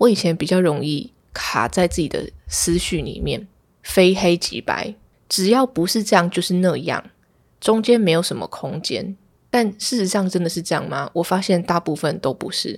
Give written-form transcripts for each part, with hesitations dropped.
我以前比较容易卡在自己的思绪里面，非黑即白，只要不是这样就是那样，中间没有什么空间。但事实上真的是这样吗？我发现大部分都不是。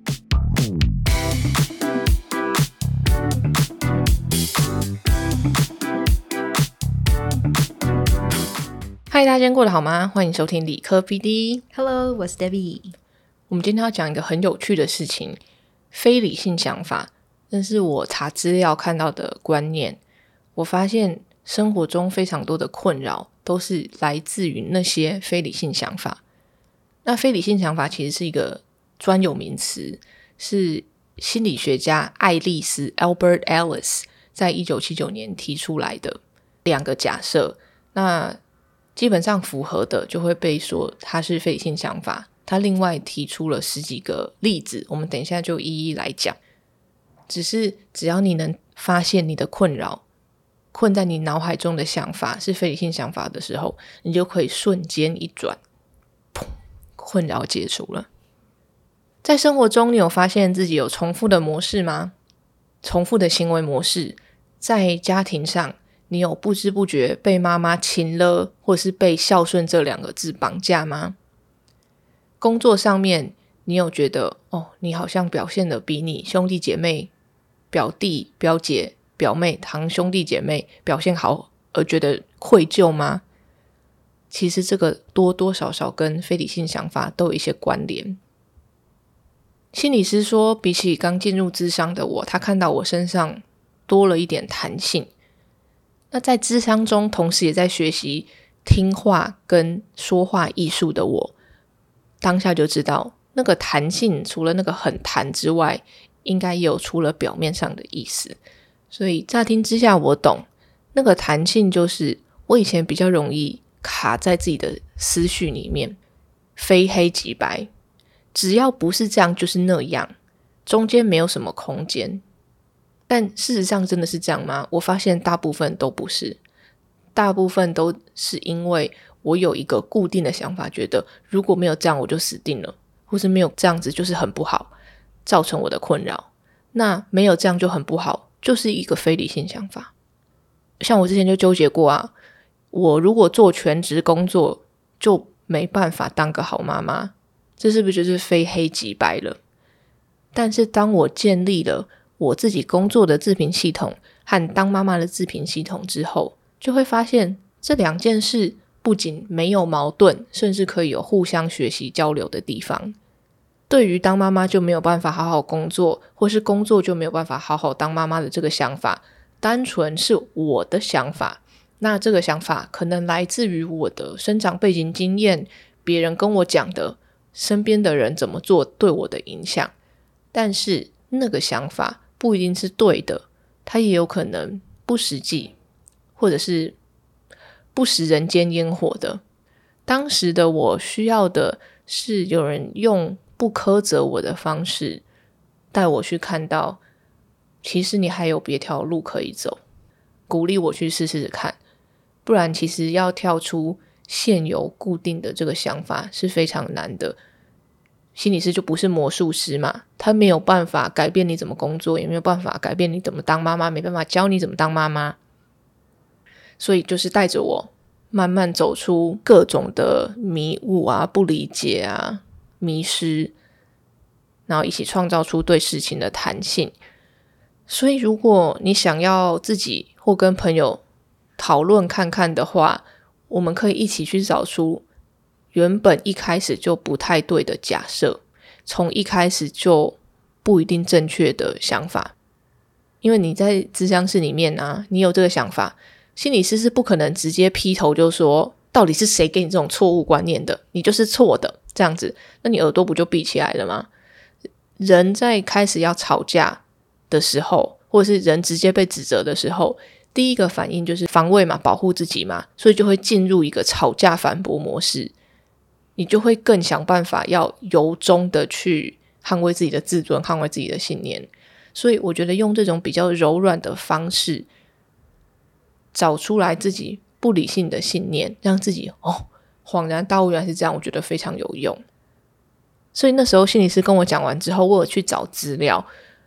嗨，大家今天过得好吗？欢迎收听理科 PD。 Hello， 我是 Debbie。 我们今天要讲一个很有趣的事情，非理性想法。这是我查资料看到的观念。我发现生活中非常多的困扰都是来自于那些非理性想法。那非理性想法其实是一个专有名词，是心理学家爱丽丝 Albert Ellis 在1979年提出来的两个假设。那基本上符合的就会被说它是非理性想法。他另外提出了10几个例子，我们等一下就一一来讲。只要你能发现你的困扰困在你脑海中的想法是非理性想法的时候，你就可以瞬间一转，砰，困扰解除了。在生活中你有发现自己有重复的模式吗？重复的行为模式。在家庭上你有不知不觉被妈妈亲了，或是被孝顺这2个字绑架吗？工作上面你有觉得你好像表现得比你兄弟姐妹、表弟、表姐、表妹、堂兄弟姐妹表现好而觉得愧疚吗？其实这个多多少少跟非理性想法都有一些关联。心理师说，比起刚进入咨商的我，他看到我身上多了一点弹性。那在咨商中同时也在学习听话跟说话艺术的我，当下就知道那个弹性除了那个很弹之外，应该也有除了表面上的意思。所以乍听之下我懂，那个弹性就是我以前比较容易卡在自己的思绪里面，非黑即白，只要不是这样就是那样，中间没有什么空间。但事实上真的是这样吗？我发现大部分都不是。大部分都是因为我有一个固定的想法，觉得如果没有这样我就死定了，或是没有这样子就是很不好，造成我的困扰。那没有这样就很不好，就是一个非理性想法。像我之前就纠结过啊，我如果做全职工作就没办法当个好妈妈，这是不是就是非黑即白了？但是当我建立了我自己工作的自评系统和当妈妈的自评系统之后，就会发现这2件事不仅没有矛盾，甚至可以有互相学习交流的地方。对于当妈妈就没有办法好好工作，或是工作就没有办法好好当妈妈的这个想法，单纯是我的想法。那这个想法可能来自于我的生长背景经验，别人跟我讲的，身边的人怎么做对我的影响。但是那个想法不一定是对的，它也有可能不实际，或者是不食人间烟火的。当时的我需要的是有人用不苛责我的方式带我去看到其实你还有别条路可以走，鼓励我去试试看。不然其实要跳出现有固定的这个想法是非常难的。心理师就不是魔术师嘛，他没有办法改变你怎么工作，也没有办法改变你怎么当妈妈，没办法教你怎么当妈妈。所以就是带着我慢慢走出各种的迷雾啊、不理解啊、迷失，然后一起创造出对事情的弹性。所以如果你想要自己或跟朋友讨论看看的话，我们可以一起去找出原本一开始就不太对的假设，从一开始就不一定正确的想法。因为你在咨商室里面啊，你有这个想法，心理师是不可能直接劈头就说到底是谁给你这种错误观念的，你就是错的，这样子，那你耳朵不就闭起来了吗？人在开始要吵架的时候，或者是人直接被指责的时候，第一个反应就是防卫嘛，保护自己嘛，所以就会进入一个吵架反驳模式。你就会更想办法要由衷的去捍卫自己的自尊，捍卫自己的信念。所以我觉得用这种比较柔软的方式找出来自己不理性的信念，让自己恍然大悟原来是这样，我觉得非常有用。所以那时候心理师跟我讲完之后，我有去找资料，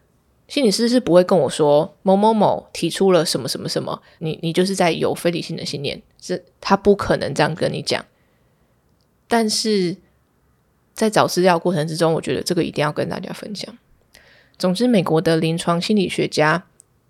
心理师是不会跟我说某某某提出了什么什么什么，你就是在有非理性的信念，他不可能这样跟你讲。但是在找资料过程之中，我觉得这个一定要跟大家分享。总之，美国的临床心理学家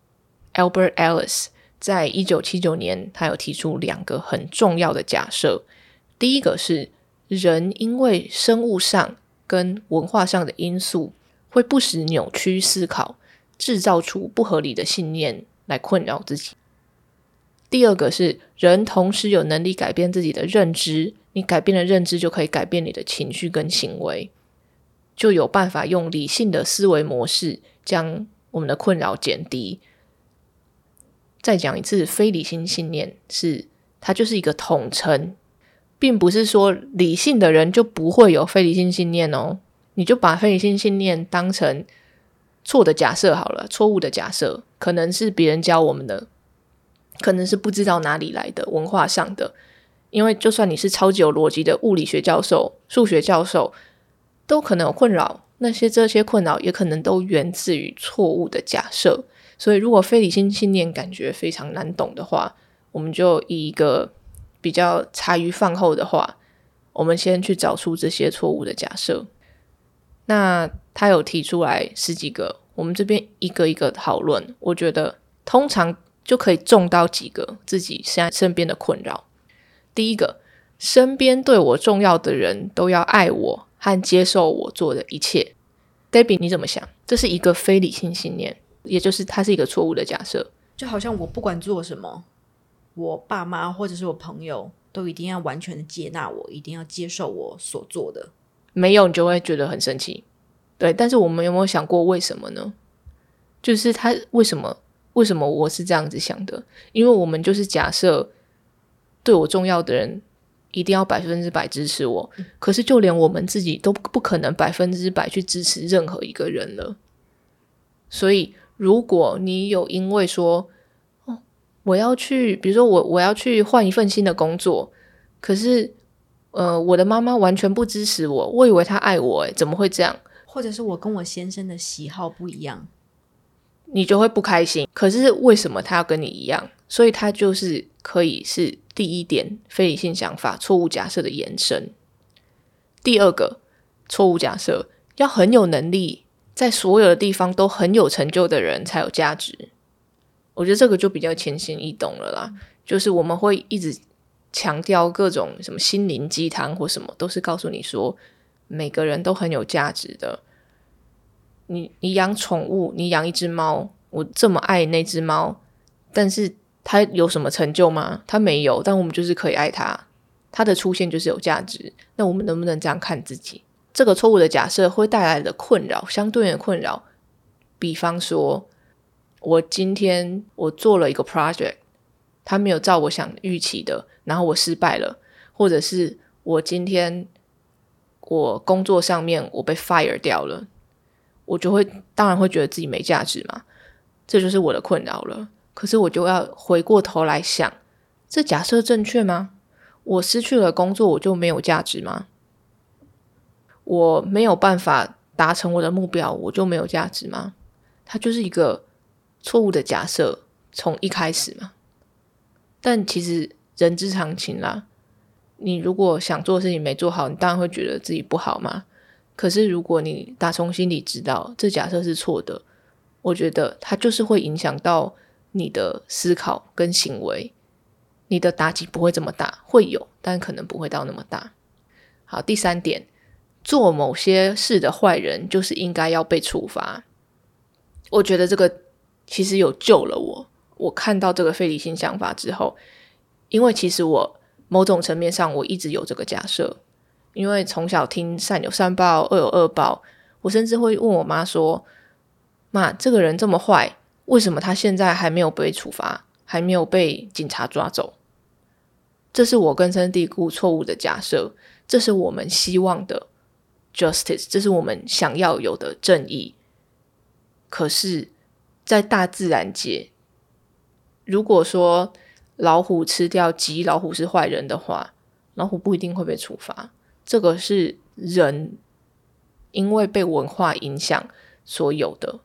Albert Ellis 在1979年，他有提出2个很重要的假设。第一个是人因为生物上跟文化上的因素，会不时扭曲思考，制造出不合理的信念来困扰自己。第二个是人同时有能力改变自己的认知，你改变了认知就可以改变你的情绪跟行为，就有办法用理性的思维模式将我们的困扰减低。再讲一次，非理性信念它就是一个统称，并不是说理性的人就不会有非理性信念哦。你就把非理性信念当成错的假设好了，错误的假设，可能是别人教我们的，可能是不知道哪里来的文化上的。因为就算你是超级有逻辑的物理学教授、数学教授，都可能有困扰，这些困扰也可能都源自于错误的假设。所以如果非理性信念感觉非常难懂的话，我们就以一个比较茶余饭后的话，我们先去找出这些错误的假设。那他有提出来10几个，我们这边一个一个讨论，我觉得通常就可以中到几个自己现在身边的困扰。第一个，身边对我重要的人都要爱我和接受我做的一切。 Debbie 你怎么想？这是一个非理性信念，也就是它是一个错误的假设。 就好像我不管做什么，我爸妈或者是我朋友都一定要完全的接纳我，一定要接受我所做的。 没有你就会觉得很生气。对，但是我们有没有想过为什么呢？就是他为什么我是这样子想的？因为我们就是假设对我重要的人一定要100%支持我，可是就连我们自己都不可能100%去支持任何一个人了。所以如果你有因为说我要去，比如说我要去换一份新的工作，可是我的妈妈完全不支持我，我以为她爱我，怎么会这样？ 或者是我跟我先生的喜好不一样， 你就会不开心。可是为什么他要跟你一样？所以他就是可以是第一点非理性想法错误假设的延伸。第二个错误假设，要很有能力，在所有的地方都很有成就的人才有价值。我觉得这个就比较浅显易懂了啦，就是我们会一直强调各种什么心灵鸡汤或什么，都是告诉你说每个人都很有价值的。你养宠物，你养一只猫，我这么爱那只猫，但是它有什么成就吗？它没有，但我们就是可以爱它，它的出现就是有价值。那我们能不能这样看自己？这个错误的假设会带来的困扰，相对应的困扰，比方说我今天我做了一个 project， 它没有照我想预期的，然后我失败了，或者是我今天我工作上面我被 fire 掉了，我就会当然会觉得自己没价值嘛，这就是我的困扰了。可是我就要回过头来想，这假设正确吗？我失去了工作我就没有价值吗？我没有办法达成我的目标我就没有价值吗？它就是一个错误的假设从一开始嘛。但其实人之常情啦，你如果想做的事情没做好，你当然会觉得自己不好嘛。可是如果你打从心里知道这假设是错的，我觉得它就是会影响到你的思考跟行为，你的打击不会这么大，会有但可能不会到那么大。好，第三点，做某些事的坏人就是应该要被处罚。我觉得这个其实有救了我看到这个非理性想法之后，因为其实我某种层面上我一直有这个假设，因为从小听善有善报恶有恶报，我甚至会问我妈说，妈，这个人这么坏，为什么他现在还没有被处罚，还没有被警察抓走？这是我根深蒂固错误的假设，这是我们希望的 justice， 这是我们想要有的正义。可是在大自然界，如果说老虎吃掉鸡，老虎是坏人的话，老虎不一定会被处罚。这个是人因为被文化影响所有的，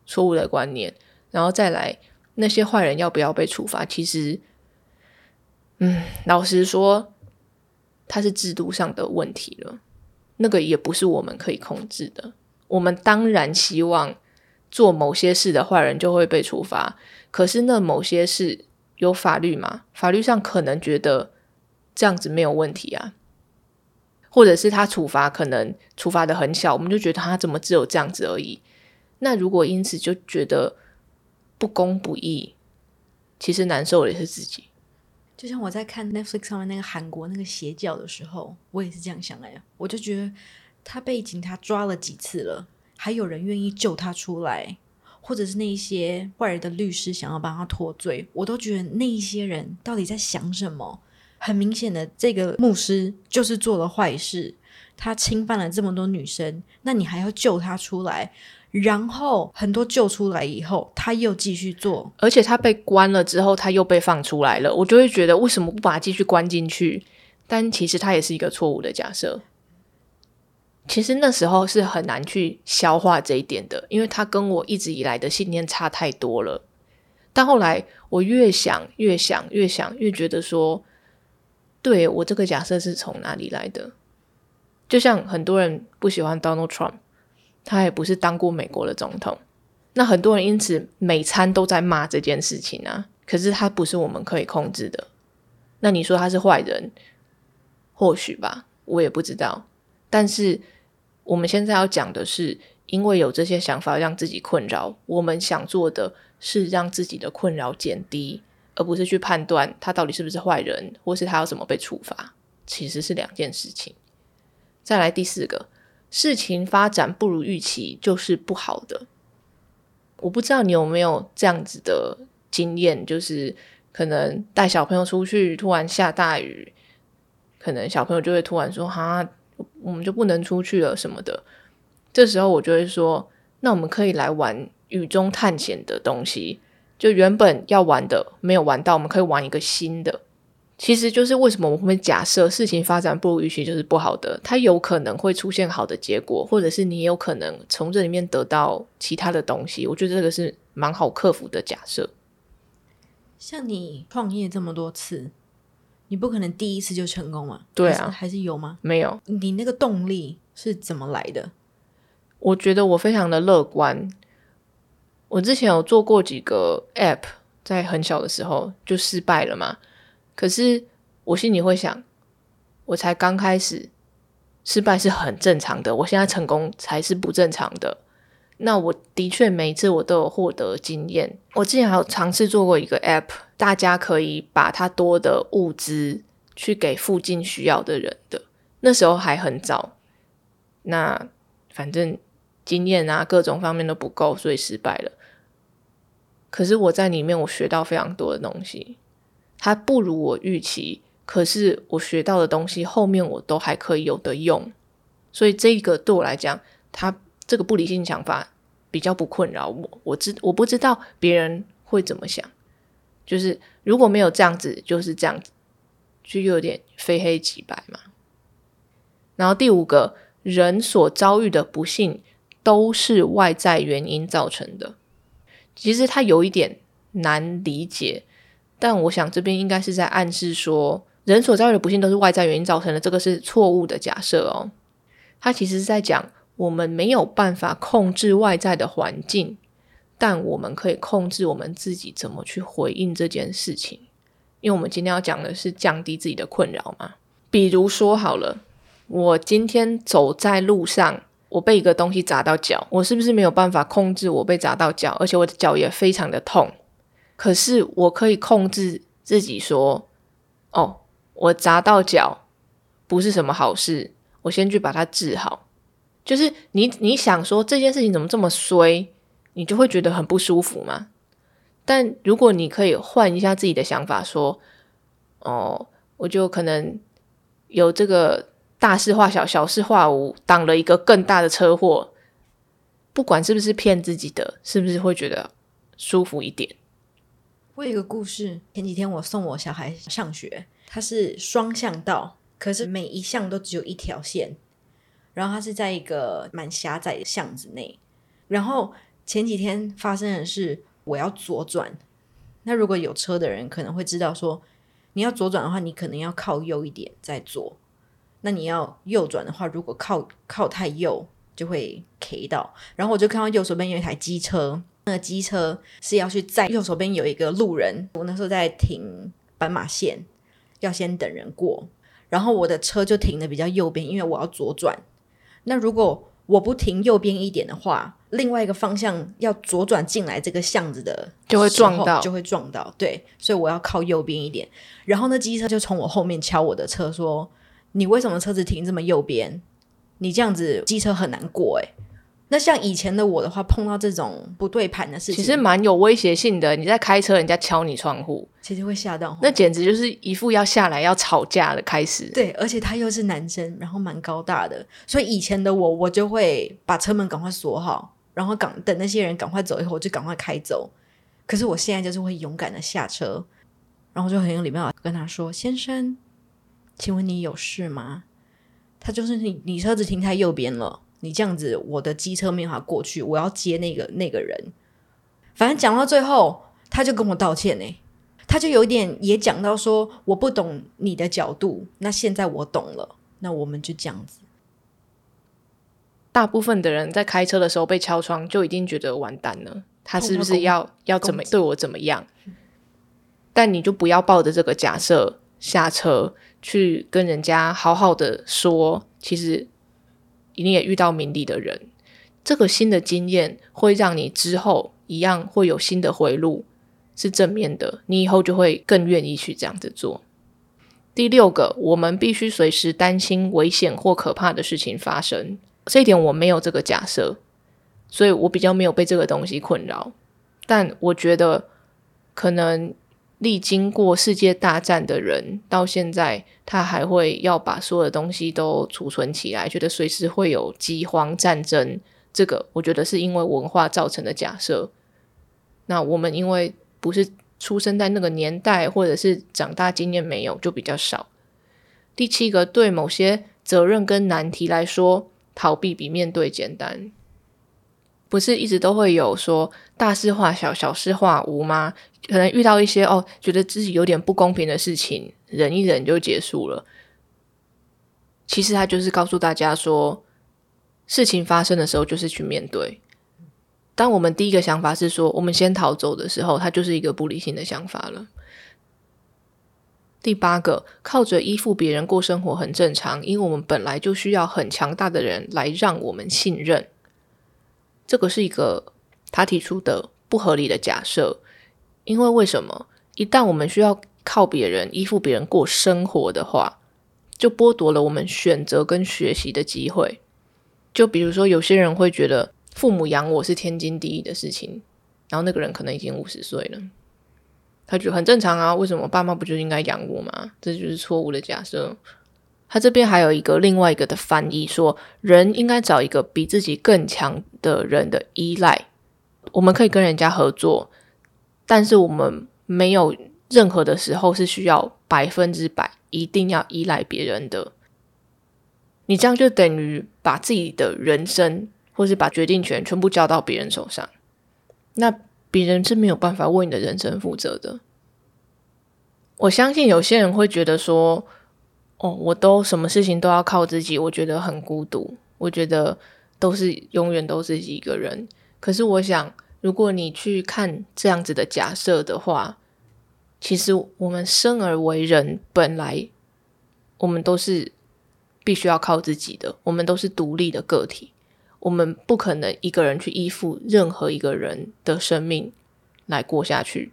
错误的观念，然后再来那些坏人要不要被处罚，其实老实说它是制度上的问题了，那个也不是我们可以控制的。我们当然希望做某些事的坏人就会被处罚，可是那某些事有法律嘛，法律上可能觉得这样子没有问题啊，或者是他处罚可能处罚的很小，我们就觉得他怎么只有这样子而已。那如果因此就觉得不公不义，其实难受的也是自己。 就像我在看 Netflix 上面那个韩国那个邪教的时候，我也是这样想我就觉得他被警察抓了几次了，还有人愿意救他出来，或者是那一些坏人的律师想要帮他脱罪，我都觉得那一些人到底在想什么。很明显的，这个牧师就是做了坏事，他侵犯了这么多女生，那你还要救他出来，然后很多救出来以后他又继续做， 而且他被关了之后他又被放出来了，我就会觉得为什么不把他继续关进去？但其实他也是一个错误的假设。其实那时候是很难去消化这一点的，因为他跟我一直以来的信念差太多了。但后来我越想越觉得说，对，我这个假设是从哪里来的？就像很多人不喜欢 Donald Trump， 他也不是当过美国的总统，那很多人因此每餐都在骂这件事情啊，可是他不是我们可以控制的。那你说他是坏人，或许吧，我也不知道。但是我们现在要讲的是，因为有这些想法让自己困扰，我们想做的是让自己的困扰减低，而不是去判断他到底是不是坏人，或是他要怎么被处罚，其实是两件事情。再来第四个，事情发展不如预期就是不好的。我不知道你有没有这样子的经验，就是可能带小朋友出去突然下大雨，可能小朋友就会突然说我们就不能出去了什么的。这时候我就会说，那我们可以来玩雨中探险的东西，就原本要玩的没有玩到，我们可以玩一个新的。其实就是为什么我们会假设事情发展不如预期就是不好的，它有可能会出现好的结果，或者是你也有可能从这里面得到其他的东西。我觉得这个是蛮好克服的假设。 像你创业这么多次，你不可能第一次就成功嘛？ 对啊， 还是有吗？ 没有。 你那个动力是怎么来的？ 我觉得我非常的乐观。我之前有做过几个 app， 在很小的时候就失败了嘛。可是我心里会想，我才刚开始，失败是很正常的，我现在成功才是不正常的。那我的确每一次我都有获得经验。我之前还有尝试做过一个 app， 大家可以把它多的物资去给附近需要的人的，那时候还很早，那反正经验啊各种方面都不够，所以失败了。可是我在里面我学到非常多的东西，它不如我预期，可是我学到的东西后面我都还可以有的用，所以这个对我来讲，它这个不理性想法比较不困扰我。我不知道别人会怎么想，就是如果没有这样子就是这样子，就有点非黑即白嘛。然后第五个，人所遭遇的不幸都是外在原因造成的。其实它有一点难理解，但我想这边应该是在暗示说，人所遭遇的不幸都是外在原因造成的，这个是错误的假设哦。它其实是在讲我们没有办法控制外在的环境，但我们可以控制我们自己怎么去回应这件事情。因为我们今天要讲的是降低自己的困扰嘛。比如说好了，我今天走在路上，我被一个东西砸到脚，我是不是没有办法控制我被砸到脚，而且我的脚也非常的痛？可是我可以控制自己说，我砸到脚不是什么好事，我先去把它治好。就是你想说这件事情怎么这么衰，你就会觉得很不舒服嘛。但如果你可以换一下自己的想法说，我就可能有这个大事化小，小事化无，挡了一个更大的车祸，不管是不是骗自己的，是不是会觉得舒服一点？ 我有一个故事，前几天我送我小孩上学，它是双向道，可是每一项都只有一条线，然后它是在一个蛮狭窄的巷子内，然后前几天发生的是我要左转，那如果有车的人可能会知道说，你要左转的话你可能要靠右一点再左，那你要右转的话如果靠太右就会 K 到。然后我就看到右手边有一台机车，那个机车是要去载右手边有一个路人，我那时候在停斑马线要先等人过，然后我的车就停的比较右边，因为我要左转。那如果我不停右边一点的话，另外一个方向要左转进来这个巷子的就会撞到，对，所以我要靠右边一点。然后那机车就从我后面敲我的车说，你为什么车子停这么右边？你这样子机车很难过欸。那像以前的我的话，碰到这种不对盘的事情， 其实蛮有威胁性的。你在开车，人家敲你窗户， 其实会吓到， 那简直就是一副要下来要吵架的开始。 对，而且他又是男生，然后蛮高大的，所以以前的我就会把车门赶快锁好，然后等那些人赶快走以后，我就赶快开走。可是我现在就是会勇敢的下车，然后就很有礼貌地跟他说：“先生，请问你有事吗？”他就是你车子停太右边了，你这样子我的机车没法过去，我要接那个人。反正讲到最后他就跟我道歉欸，他就有点也讲到说我不懂你的角度，那现在我懂了，那我们就这样子。 大部分的人在开车的时候被敲窗就已经觉得完蛋了，他是不是要怎么对我怎么样？但你就不要抱着这个假设下车去跟人家好好的说，其实你也遇到明理的人，这个新的经验会让你之后一样会有新的回路，是正面的，你以后就会更愿意去这样子做。第六个，我们必须随时担心危险或可怕的事情发生。这一点我没有这个假设，所以我比较没有被这个东西困扰。但我觉得可能历经过世界大战的人到现在他还会要把所有的东西都储存起来，觉得随时会有饥荒战争，这个我觉得是因为文化造成的假设。那我们因为不是出生在那个年代，或者是长大经验没有，就比较少。第七个，对某些责任跟难题来说，逃避比面对简单。不是一直都会有说大事化小，小事化无吗？可能遇到一些觉得自己有点不公平的事情，忍一忍就结束了。其实他就是告诉大家说，事情发生的时候就是去面对。当我们第一个想法是说我们先逃走的时候，它就是一个不理性的想法了。第八个，靠着依附别人过生活很正常，因为我们本来就需要很强大的人来让我们信任。这个是一个他提出的不合理的假设，因为为什么？一旦我们需要靠别人依附别人过生活的话，就剥夺了我们选择跟学习的机会。就比如说有些人会觉得父母养我是天经地义的事情，然后那个人可能已经50岁了，他觉得很正常啊，为什么爸妈不就应该养我吗？这就是错误的假设。他这边还有另外一个的翻译说，人应该找一个比自己更强的人的依赖。我们可以跟人家合作，但是我们没有任何的时候是需要100%一定要依赖别人的。你这样就等于把自己的人生或是把决定权全部交到别人手上，那别人是没有办法为你的人生负责的。我相信有些人会觉得说，我都什么事情都要靠自己，我觉得很孤独，我觉得永远都是自己一个人。可是我想，如果你去看这样子的假设的话，其实我们生而为人，本来我们都是必须要靠自己的，我们都是独立的个体，我们不可能一个人去依附任何一个人的生命来过下去。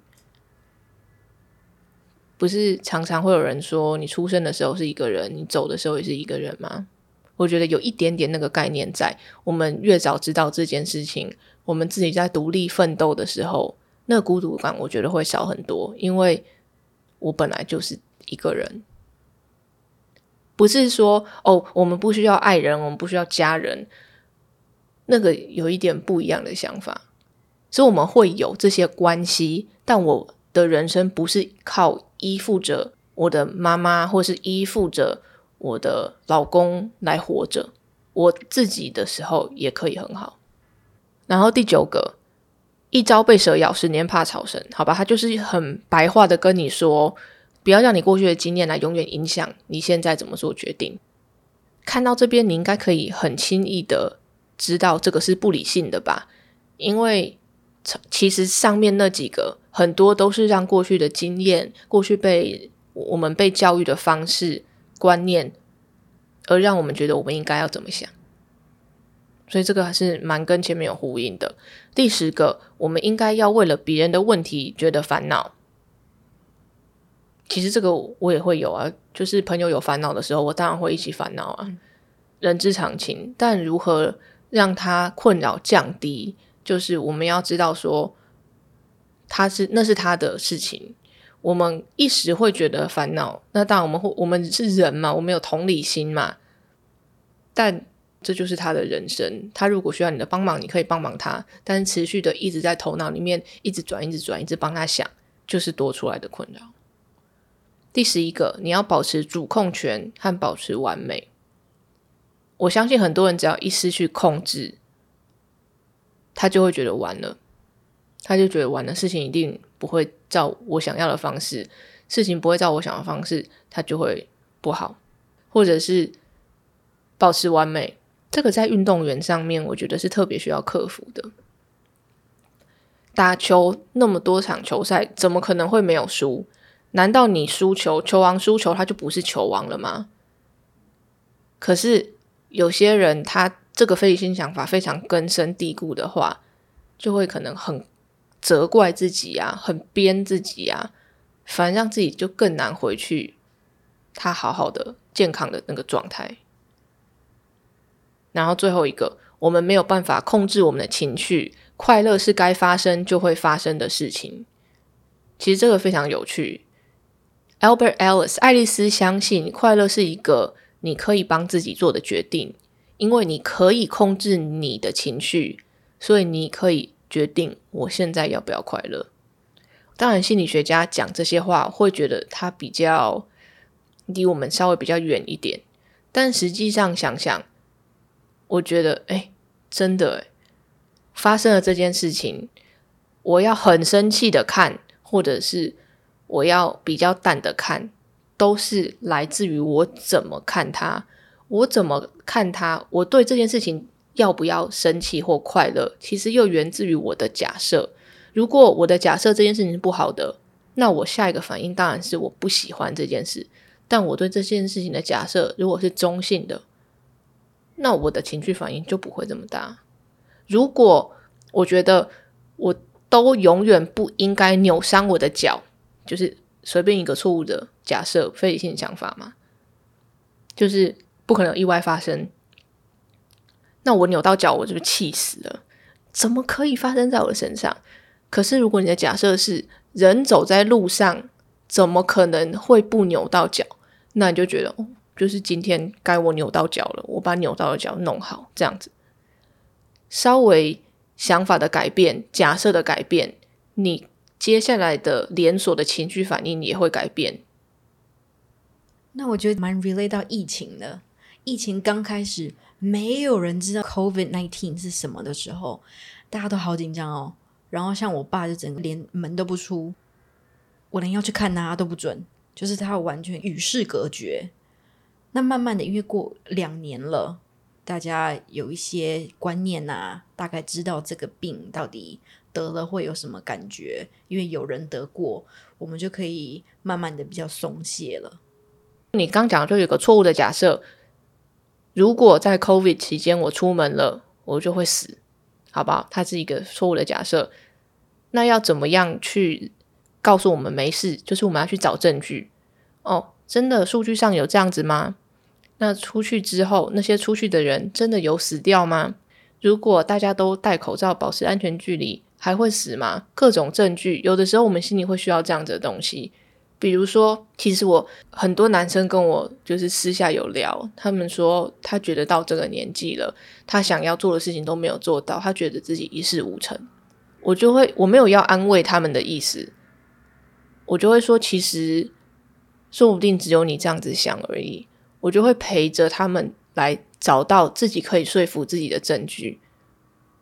不是常常会有人说你出生的时候是一个人，你走的时候也是一个人吗？我觉得有一点点那个概念在，我们越早知道这件事情，我们自己在独立奋斗的时候，那个孤独感我觉得会少很多，因为我本来就是一个人。不是说我们不需要爱人，我们不需要家人，那个有一点不一样的想法。所以我们会有这些关系，但我的人生不是靠依附着我的妈妈或是依附着我的老公来活着，我自己的时候也可以很好。然后第9个， 一朝被蛇咬，10年怕草绳，好吧，他就是很白话的跟你说，不要让你过去的经验来永远影响你现在怎么做决定。看到这边你应该可以很轻易的知道这个是不理性的吧，因为其实上面那几个很多都是让过去的经验，过去我们被教育的方式观念，而让我们觉得我们应该要怎么想，所以这个还是蛮跟前面有呼应的。第10个，我们应该要为了别人的问题觉得烦恼。其实这个我也会有啊，就是朋友有烦恼的时候，我当然会一起烦恼啊，人之常情。但如何让他困扰降低，就是我们要知道说那是他的事情，我们一时会觉得烦恼，那当然我们是人嘛，我们有同理心嘛，但这就是他的人生，他如果需要你的帮忙，你可以帮忙他，但是持续的一直在头脑里面一直转一直帮他想，就是多出来的困扰。第11个，你要保持主控权和保持完美。我相信很多人只要一失去控制，他就会觉得完了，事情一定不会照我想要的方式，事情不会照我想要的方式，他就会不好。或者是保持完美，这个在运动员上面我觉得是特别需要克服的。打球那么多场球赛，怎么可能会没有输？难道你输球，球王输球他就不是球王了吗？可是有些人他这个非理性想法非常根深蒂固的话，就会可能很责怪自己啊，很鞭自己啊，反而让自己就更难回去他好好的健康的那个状态。然后最后一个，我们没有办法控制我们的情绪，快乐是该发生就会发生的事情。其实这个非常有趣。Albert Ellis 爱丽丝相信快乐是一个你可以帮自己做的决定，因为你可以控制你的情绪，所以你可以决定我现在要不要快乐。当然心理学家讲这些话会觉得他比较离我们稍微比较远一点，但实际上想想，我觉得真的发生了这件事情，我要很生气的看，或者是我要比较淡的看，都是来自于我怎么看它。我怎么看它，我对这件事情要不要生气或快乐，其实又源自于我的假设。如果我的假设这件事情是不好的，那我下一个反应当然是我不喜欢这件事。但我对这件事情的假设如果是中性的，那我的情绪反应就不会这么大。如果我觉得我都永远不应该扭伤我的脚，就是随便一个错误的假设，非理性想法嘛，就是不可能有意外发生，那我扭到脚我就气死了，怎么可以发生在我的身上？可是如果你的假设是人走在路上怎么可能会不扭到脚，那你就觉得就是今天该我扭到脚了，我把扭到的脚弄好，这样子稍微想法的改变，假设的改变，你接下来的连锁的情绪反应也会改变。 那我觉得蛮 relate 到疫情的。疫情刚开始没有人知道 COVID-19 是什么的时候，大家都好紧张哦。然后像我爸就整个连门都不出，我连要去看他都不准，就是他完全与世隔绝。那慢慢的因为过2年了，大家有一些观念啊，大概知道这个病到底得了会有什么感觉，因为有人得过，我们就可以慢慢的比较松懈了。 你刚讲就有个错误的假设，如果在 COVID 期间我出门了，我就会死，好不好？它是一个错误的假设。那要怎么样去告诉我们没事？就是我们要去找证据。真的数据上有这样子吗？那出去之后，那些出去的人真的有死掉吗？如果大家都戴口罩，保持安全距离，还会死吗？各种证据，有的时候我们心里会需要这样子的东西。比如说，其实我很多男生跟我就是私下有聊，他们说他觉得到这个年纪了，他想要做的事情都没有做到，他觉得自己一事无成。我没有要安慰他们的意思，我就会说其实说不定只有你这样子想而已，我就会陪着他们来找到自己可以说服自己的证据。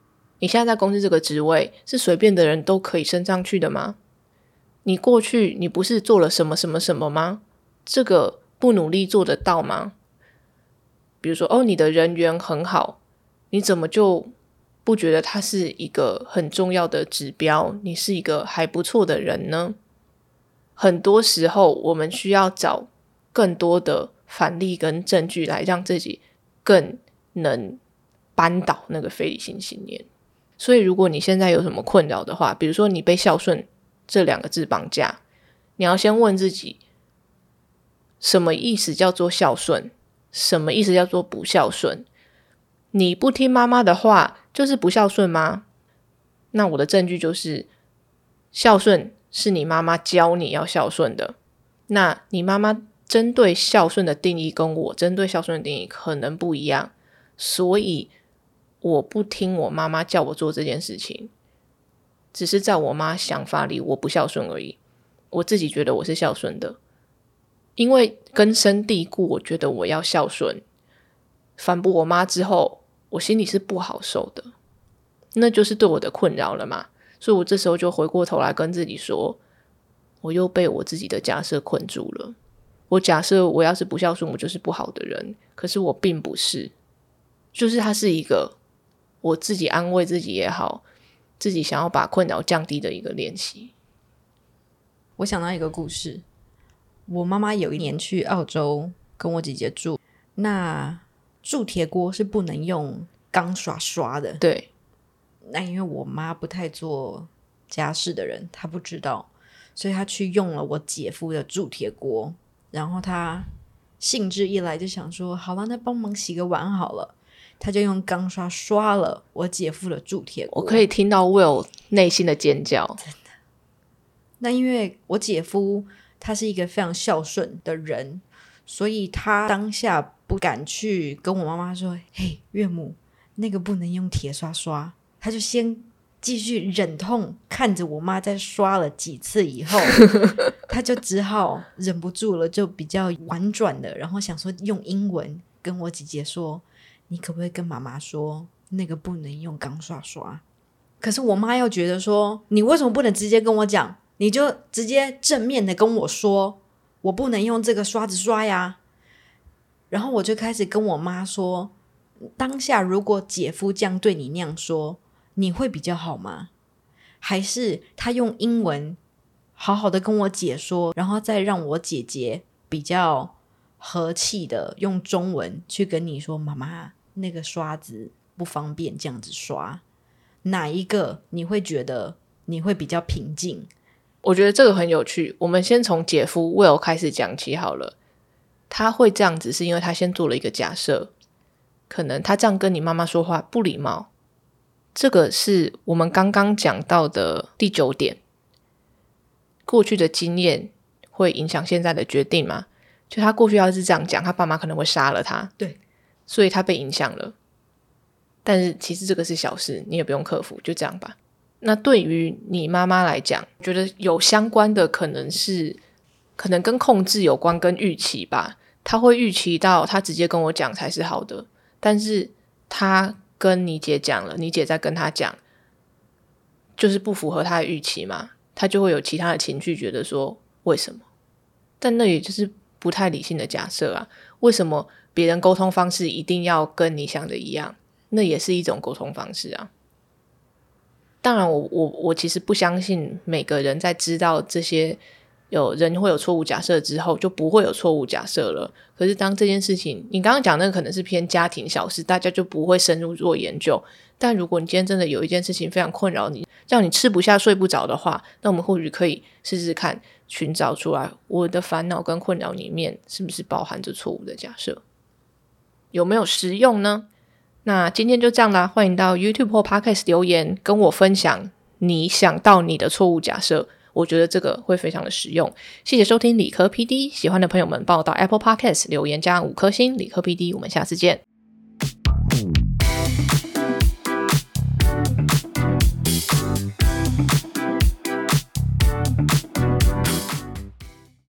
你现在在公司这个职位是随便的人都可以升上去的吗？你过去你不是做了什么什么什么吗？这个不努力做得到吗？比如说你的人缘很好，你怎么就不觉得它是一个很重要的指标，你是一个还不错的人呢？很多时候我们需要找更多的反例跟证据来让自己更能扳倒那个非理性信念。所以如果你现在有什么困扰的话，比如说你被孝顺这2个字绑架，你要先问自己，什么意思叫做孝顺？什么意思叫做不孝顺？你不听妈妈的话就是不孝顺吗？那我的证据就是孝顺是你妈妈教你要孝顺的，那你妈妈针对孝顺的定义跟我针对孝顺的定义可能不一样，所以我不听我妈妈叫我做这件事情，只是在我妈想法里我不孝顺而已，我自己觉得我是孝顺的，因为根深蒂固我觉得我要孝顺，反驳我妈之后我心里是不好受的，那就是对我的困扰了嘛。所以我这时候就回过头来跟自己说，我又被我自己的假设困住了。我假设我要是不孝顺我就是不好的人，可是我并不是，就是它是一个我自己安慰自己也好，自己想要把困扰降低的一个练习。 我想到一个故事，我妈妈有一年去澳洲跟我姐姐住，那铸铁锅是不能用钢刷的， 对， 那因为我妈不太做家事的人，她不知道，所以她去用了我姐夫的铸铁锅，然后她兴致一来就想说，好了，那帮忙洗个碗好了，她就用钢刷刷了我姐夫的铸铁锅。 我可以听到 Will 内心的尖叫。 真的。那因为我姐夫他是一个非常孝顺的人，所以他当下不敢去跟我妈妈说，嘿，岳母，那个不能用铁刷刷，他就先继续忍痛看着我妈在刷了几次以后他就只好忍不住了，就比较婉转的，然后想说用英文跟我姐姐说，你可不可以跟妈妈说那个不能用钢刷刷？可是我妈又觉得说，你为什么不能直接跟我讲，你就直接正面的跟我说我不能用这个刷子刷呀。然后我就开始跟我妈说，当下如果姐夫这样对你那样说，你会比较好吗？还是他用英文好好的跟我姐说，然后再让我姐姐比较和气的用中文去跟你说，妈妈，那个刷子不方便这样子刷，哪一个你会觉得你会比较平静？ 我觉得这个很有趣，我们先从姐夫 Will 开始讲起好了。他会这样子是因为他先做了一个假设，可能他这样跟你妈妈说话不礼貌，这个是我们刚刚讲到的第9点，过去的经验会影响现在的决定嘛？就他过去要是这样讲，他爸妈可能会杀了他， 对， 所以他被影响了。但是其实这个是小事，你也不用克服，就这样吧。那对于你妈妈来讲，觉得有相关的可能跟控制有关，跟预期吧。他会预期到他直接跟我讲才是好的，但是他跟你姐讲了，你姐再跟他讲，就是不符合他的预期嘛，他就会有其他的情绪，觉得说为什么？但那也就是不太理性的假设啊。为什么别人沟通方式一定要跟你想的一样？那也是一种沟通方式啊。当然我其实不相信每个人在知道这些有人会有错误假设之后就不会有错误假设了。可是当这件事情，你刚刚讲那个可能是偏家庭小事，大家就不会深入做研究。但如果你今天真的有一件事情非常困扰你，让你吃不下睡不着的话，那我们或许可以试试看寻找出来我的烦恼跟困扰里面是不是包含着错误的假设，有没有实用呢？那今天就这样啦，欢迎到 YouTube 或 Podcast 留言跟我分享你想到你的错误假设，我觉得这个会非常的实用。谢谢收听理科 PD， 喜欢的朋友们帮我到 Apple Podcast 留言加5颗星，理科 PD， 我们下次见。